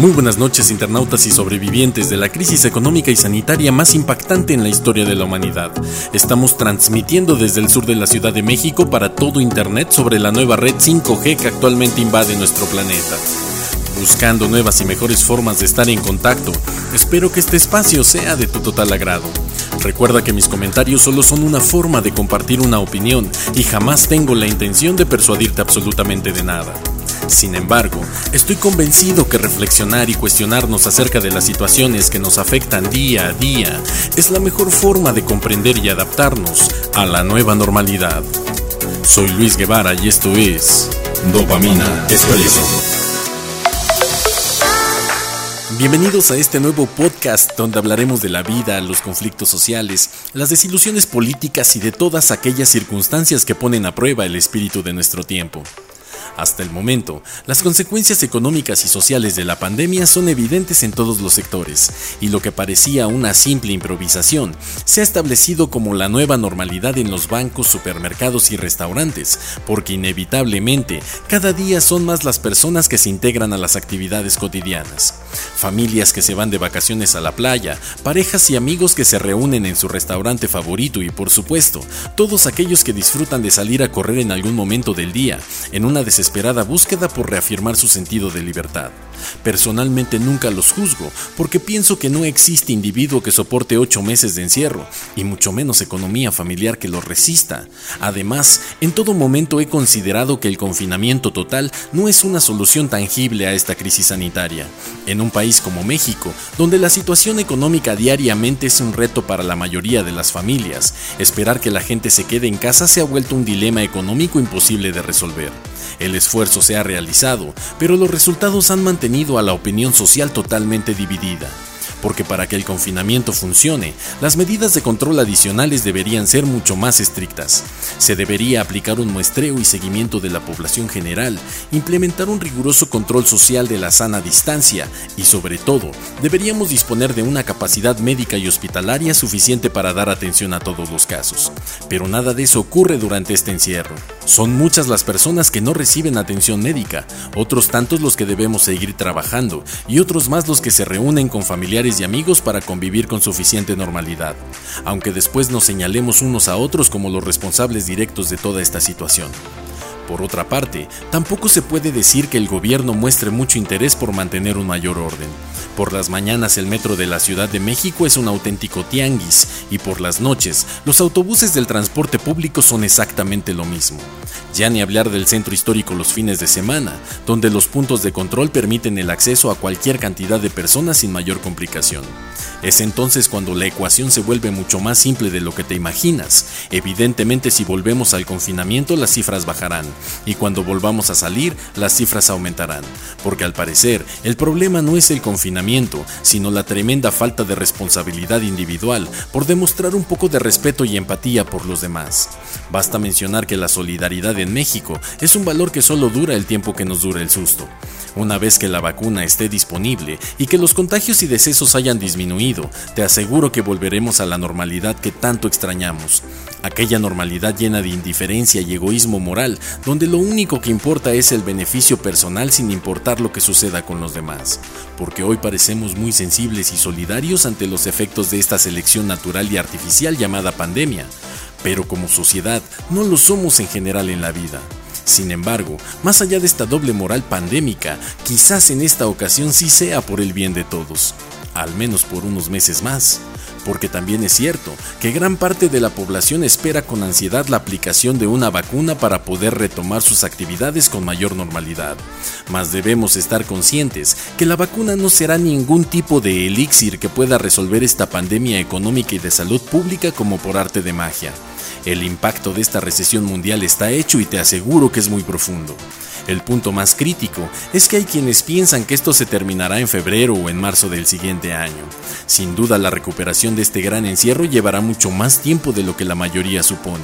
Muy buenas noches, internautas y sobrevivientes de la crisis económica y sanitaria más impactante en la historia de la humanidad. Estamos transmitiendo desde el sur de la Ciudad de México para todo Internet sobre la nueva red 5G que actualmente invade nuestro planeta. Buscando nuevas y mejores formas de estar en contacto, espero que este espacio sea de tu total agrado. Recuerda que mis comentarios solo son una forma de compartir una opinión y jamás tengo la intención de persuadirte absolutamente de nada. Sin embargo, estoy convencido que reflexionar y cuestionarnos acerca de las situaciones que nos afectan día a día es la mejor forma de comprender y adaptarnos a la nueva normalidad. Soy Luis Guevara y esto es Dopamina Expreso. Bienvenidos a este nuevo podcast donde hablaremos de la vida, los conflictos sociales, las desilusiones políticas y de todas aquellas circunstancias que ponen a prueba el espíritu de nuestro tiempo. Hasta el momento, las consecuencias económicas y sociales de la pandemia son evidentes en todos los sectores, y lo que parecía una simple improvisación se ha establecido como la nueva normalidad en los bancos, supermercados y restaurantes, porque inevitablemente cada día son más las personas que se integran a las actividades cotidianas. Familias que se van de vacaciones a la playa, parejas y amigos que se reúnen en su restaurante favorito y, por supuesto, todos aquellos que disfrutan de salir a correr en algún momento del día, en una desesperada búsqueda por reafirmar su sentido de libertad. Personalmente nunca los juzgo, porque pienso que no existe individuo que soporte 8 meses de encierro, y mucho menos economía familiar que lo resista. Además, en todo momento he considerado que el confinamiento total no es una solución tangible a esta crisis sanitaria. En un país como México, donde la situación económica diariamente es un reto para la mayoría de las familias, esperar que la gente se quede en casa se ha vuelto un dilema económico imposible de resolver. El esfuerzo se ha realizado, pero los resultados han mantenido a la opinión social totalmente dividida. Porque para que el confinamiento funcione, las medidas de control adicionales deberían ser mucho más estrictas. Se debería aplicar un muestreo y seguimiento de la población general, implementar un riguroso control social de la sana distancia y, sobre todo, deberíamos disponer de una capacidad médica y hospitalaria suficiente para dar atención a todos los casos. Pero nada de eso ocurre durante este encierro. Son muchas las personas que no reciben atención médica, otros tantos los que debemos seguir trabajando y otros más los que se reúnen con familiares y amigos para convivir con suficiente normalidad, aunque después nos señalemos unos a otros como los responsables directos de toda esta situación. Por otra parte, tampoco se puede decir que el gobierno muestre mucho interés por mantener un mayor orden. Por las mañanas el metro de la Ciudad de México es un auténtico tianguis y por las noches los autobuses del transporte público son exactamente lo mismo. Ya ni hablar del centro histórico los fines de semana, donde los puntos de control permiten el acceso a cualquier cantidad de personas sin mayor complicación. Es entonces cuando la ecuación se vuelve mucho más simple de lo que te imaginas. Evidentemente, si volvemos al confinamiento, las cifras bajarán, y cuando volvamos a salir, las cifras aumentarán, porque al parecer, el problema no es el confinamiento, sino la tremenda falta de responsabilidad individual por demostrar un poco de respeto y empatía por los demás. Basta mencionar que la solidaridad en México es un valor que solo dura el tiempo que nos dura el susto. Una vez que la vacuna esté disponible y que los contagios y decesos hayan disminuido, te aseguro que volveremos a la normalidad que tanto extrañamos. Aquella normalidad llena de indiferencia y egoísmo moral, donde lo único que importa es el beneficio personal sin importar lo que suceda con los demás. Porque hoy parecemos muy sensibles y solidarios ante los efectos de esta selección natural y artificial llamada pandemia. Pero como sociedad no lo somos en general en la vida. Sin embargo, más allá de esta doble moral pandémica, quizás en esta ocasión sí sea por el bien de todos, al menos por unos meses más, porque también es cierto que gran parte de la población espera con ansiedad la aplicación de una vacuna para poder retomar sus actividades con mayor normalidad. Mas debemos estar conscientes que la vacuna no será ningún tipo de elixir que pueda resolver esta pandemia económica y de salud pública como por arte de magia. El impacto de esta recesión mundial está hecho y te aseguro que es muy profundo. El punto más crítico es que hay quienes piensan que esto se terminará en febrero o en marzo del siguiente año. Sin duda la recuperación de este gran encierro llevará mucho más tiempo de lo que la mayoría supone.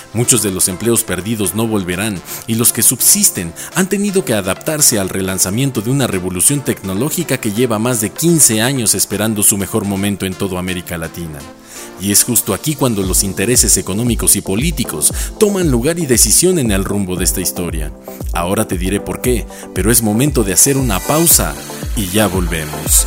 Muchos de los empleos perdidos no volverán y los que subsisten han tenido que adaptarse al relanzamiento de una revolución tecnológica que lleva más de 15 años esperando su mejor momento en toda América Latina. Y es justo aquí cuando los intereses económicos y políticos toman lugar y decisión en el rumbo de esta historia. Ahora te diré por qué, pero es momento de hacer una pausa y ya volvemos.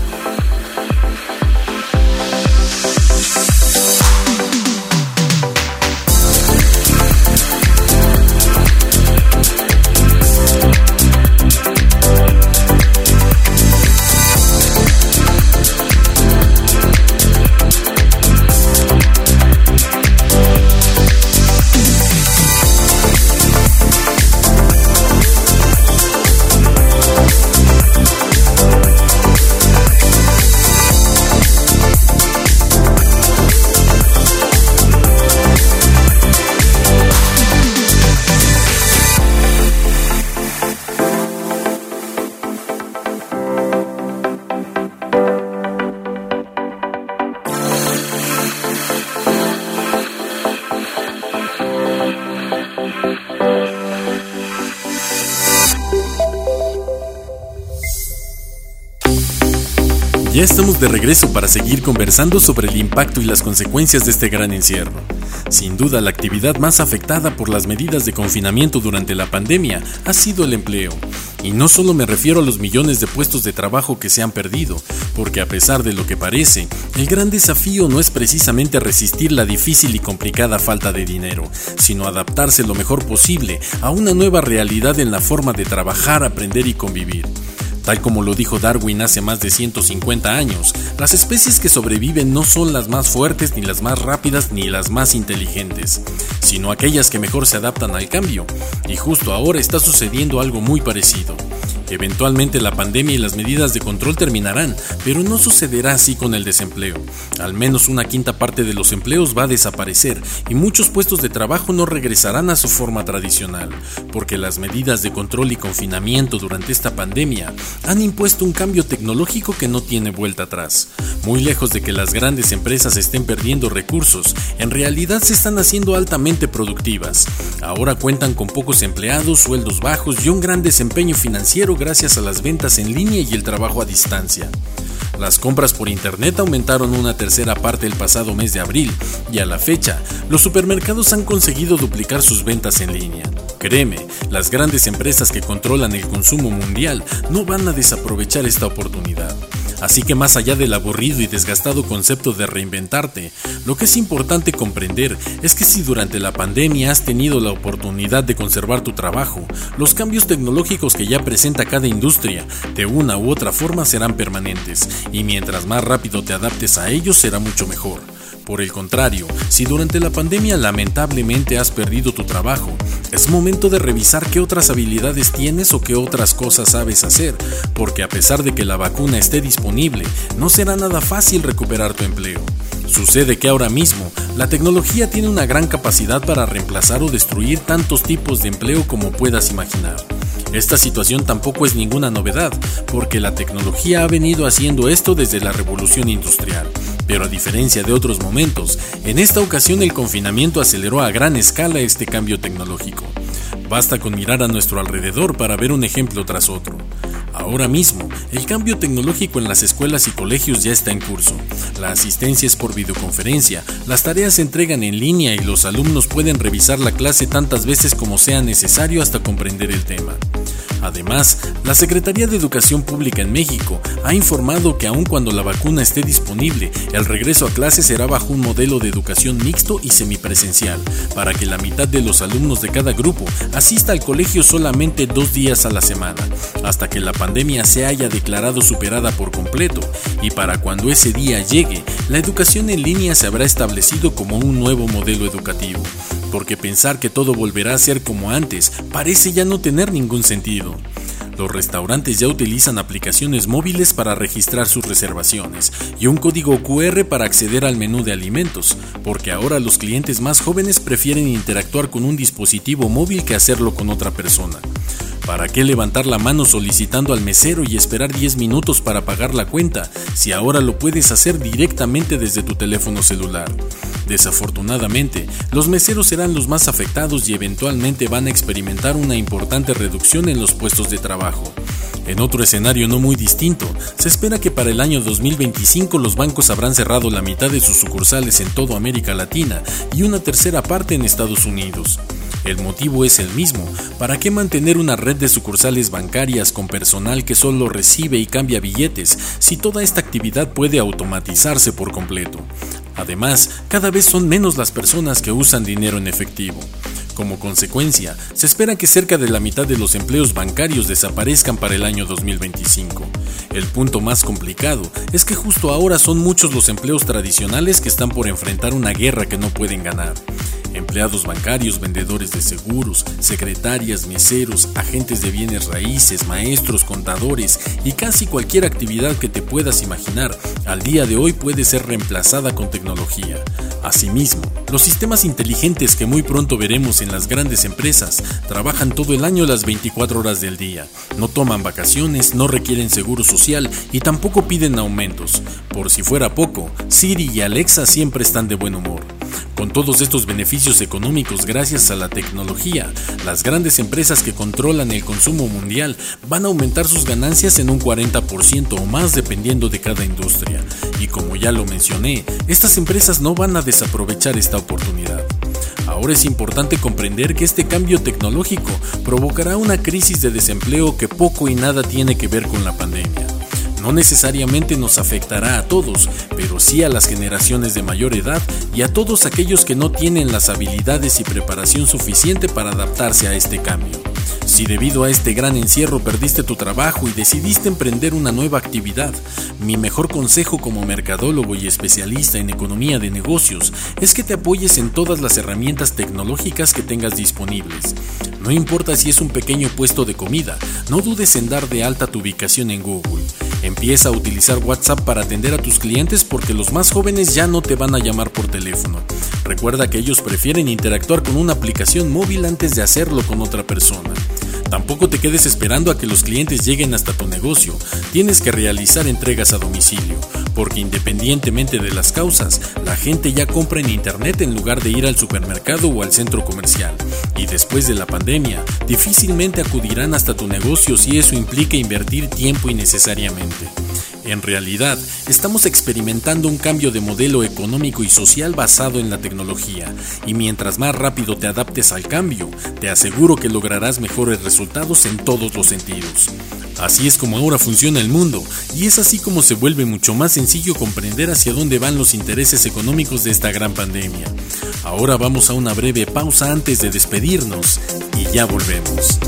Ya estamos de regreso para seguir conversando sobre el impacto y las consecuencias de este gran encierro. Sin duda, la actividad más afectada por las medidas de confinamiento durante la pandemia ha sido el empleo. Y no solo me refiero a los millones de puestos de trabajo que se han perdido, porque a pesar de lo que parece, el gran desafío no es precisamente resistir la difícil y complicada falta de dinero, sino adaptarse lo mejor posible a una nueva realidad en la forma de trabajar, aprender y convivir. Tal como lo dijo Darwin hace más de 150 años, las especies que sobreviven no son las más fuertes, ni las más rápidas, ni las más inteligentes, sino aquellas que mejor se adaptan al cambio. Y justo ahora está sucediendo algo muy parecido. Eventualmente la pandemia y las medidas de control terminarán, pero no sucederá así con el desempleo. Al menos una quinta parte de los empleos va a desaparecer y muchos puestos de trabajo no regresarán a su forma tradicional, porque las medidas de control y confinamiento durante esta pandemia han impuesto un cambio tecnológico que no tiene vuelta atrás. Muy lejos de que las grandes empresas estén perdiendo recursos, en realidad se están haciendo altamente productivas. Ahora cuentan con pocos empleados, sueldos bajos y un gran desempeño financiero gracias a las ventas en línea y el trabajo a distancia. Las compras por internet aumentaron una tercera parte el pasado mes de abril y a la fecha, los supermercados han conseguido duplicar sus ventas en línea. Créeme, las grandes empresas que controlan el consumo mundial no van a desaprovechar esta oportunidad. Así que más allá del aburrido y desgastado concepto de reinventarte, lo que es importante comprender es que si durante la pandemia has tenido la oportunidad de conservar tu trabajo, los cambios tecnológicos que ya presenta cada industria, de una u otra forma serán permanentes, y mientras más rápido te adaptes a ellos será mucho mejor. Por el contrario, si durante la pandemia lamentablemente has perdido tu trabajo, es momento de revisar qué otras habilidades tienes o qué otras cosas sabes hacer, porque a pesar de que la vacuna esté disponible, no será nada fácil recuperar tu empleo. Sucede que ahora mismo, la tecnología tiene una gran capacidad para reemplazar o destruir tantos tipos de empleo como puedas imaginar. Esta situación tampoco es ninguna novedad, porque la tecnología ha venido haciendo esto desde la revolución industrial. Pero a diferencia de otros momentos, en esta ocasión el confinamiento aceleró a gran escala este cambio tecnológico. Basta con mirar a nuestro alrededor para ver un ejemplo tras otro. Ahora mismo, el cambio tecnológico en las escuelas y colegios ya está en curso. La asistencia es por videoconferencia, las tareas se entregan en línea y los alumnos pueden revisar la clase tantas veces como sea necesario hasta comprender el tema. Además, la Secretaría de Educación Pública en México ha informado que aun cuando la vacuna esté disponible, el regreso a clases será bajo un modelo de educación mixto y semipresencial, para que la mitad de los alumnos de cada grupo asista al colegio solamente 2 días a la semana, hasta que la pandemia se haya declarado superada por completo, y para cuando ese día llegue, la educación en línea se habrá establecido como un nuevo modelo educativo. Porque pensar que todo volverá a ser como antes parece ya no tener ningún sentido. Los restaurantes ya utilizan aplicaciones móviles para registrar sus reservaciones y un código QR para acceder al menú de alimentos, porque ahora los clientes más jóvenes prefieren interactuar con un dispositivo móvil que hacerlo con otra persona. ¿Para qué levantar la mano solicitando al mesero y esperar 10 minutos para pagar la cuenta, si ahora lo puedes hacer directamente desde tu teléfono celular? Desafortunadamente, los meseros serán los más afectados y eventualmente van a experimentar una importante reducción en los puestos de trabajo. En otro escenario no muy distinto, se espera que para el año 2025 los bancos habrán cerrado la mitad de sus sucursales en toda América Latina y una tercera parte en Estados Unidos. El motivo es el mismo: ¿para qué mantener una red de sucursales bancarias con personal que solo recibe y cambia billetes si toda esta actividad puede automatizarse por completo? Además, cada vez son menos las personas que usan dinero en efectivo. Como consecuencia, se espera que cerca de la mitad de los empleos bancarios desaparezcan para el año 2025. El punto más complicado es que justo ahora son muchos los empleos tradicionales que están por enfrentar una guerra que no pueden ganar. Empleados bancarios, vendedores de seguros, secretarias, meseros, agentes de bienes raíces, maestros, contadores y casi cualquier actividad que te puedas imaginar, al día de hoy puede ser reemplazada con tecnología. Asimismo, los sistemas inteligentes que muy pronto veremos en las grandes empresas trabajan todo el año las 24 horas del día, no toman vacaciones, no requieren seguro social y tampoco piden aumentos. Por si fuera poco, Siri y Alexa siempre están de buen humor. Con todos estos beneficios económicos gracias a la tecnología, las grandes empresas que controlan el consumo mundial van a aumentar sus ganancias en un 40% o más dependiendo de cada industria. Y como ya lo mencioné, estas empresas no van a desaprovechar esta oportunidad. Ahora es importante comprender que este cambio tecnológico provocará una crisis de desempleo que poco y nada tiene que ver con la pandemia. No necesariamente nos afectará a todos, pero sí a las generaciones de mayor edad y a todos aquellos que no tienen las habilidades y preparación suficiente para adaptarse a este cambio. Si debido a este gran encierro perdiste tu trabajo y decidiste emprender una nueva actividad, mi mejor consejo como mercadólogo y especialista en economía de negocios es que te apoyes en todas las herramientas tecnológicas que tengas disponibles. No importa si es un pequeño puesto de comida, no dudes en dar de alta tu ubicación en Google. Empieza a utilizar WhatsApp para atender a tus clientes porque los más jóvenes ya no te van a llamar por teléfono. Recuerda que ellos prefieren interactuar con una aplicación móvil antes de hacerlo con otra persona. Tampoco te quedes esperando a que los clientes lleguen hasta tu negocio. Tienes que realizar entregas a domicilio, porque independientemente de las causas, la gente ya compra en internet en lugar de ir al supermercado o al centro comercial. Y después de la pandemia, difícilmente acudirán hasta tu negocio si eso implica invertir tiempo innecesariamente. En realidad, estamos experimentando un cambio de modelo económico y social basado en la tecnología, y mientras más rápido te adaptes al cambio, te aseguro que lograrás mejores resultados en todos los sentidos. Así es como ahora funciona el mundo, y es así como se vuelve mucho más sencillo comprender hacia dónde van los intereses económicos de esta gran pandemia. Ahora vamos a una breve pausa antes de despedirnos, y ya volvemos.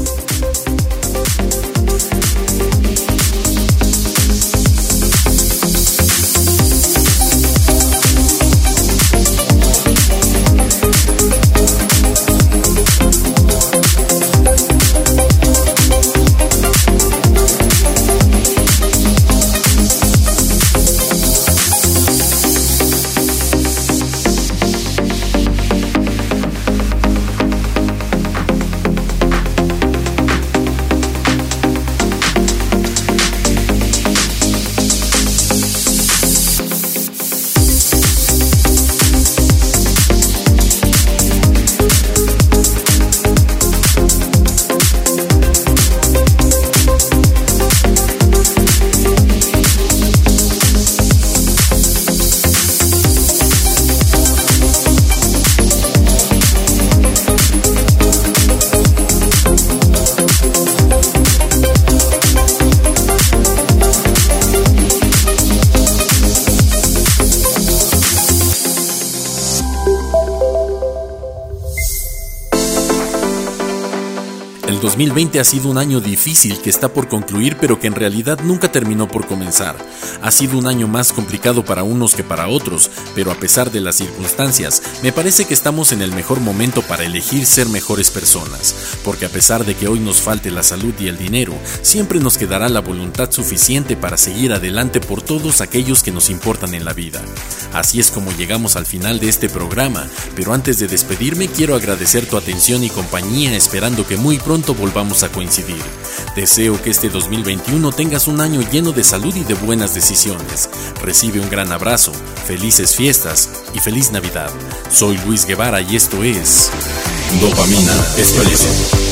El 2020 ha sido un año difícil que está por concluir, pero que en realidad nunca terminó por comenzar. Ha sido un año más complicado para unos que para otros, pero a pesar de las circunstancias, me parece que estamos en el mejor momento para elegir ser mejores personas, porque a pesar de que hoy nos falte la salud y el dinero, siempre nos quedará la voluntad suficiente para seguir adelante por todos aquellos que nos importan en la vida. Así es como llegamos al final de este programa, pero antes de despedirme quiero agradecer tu atención y compañía, esperando que muy pronto pronto volvamos a coincidir. Deseo que este 2021 tengas un año lleno de salud y de buenas decisiones. Recibe un gran abrazo, felices fiestas y feliz Navidad. Soy Luis Guevara y esto es Dopamina Expreso.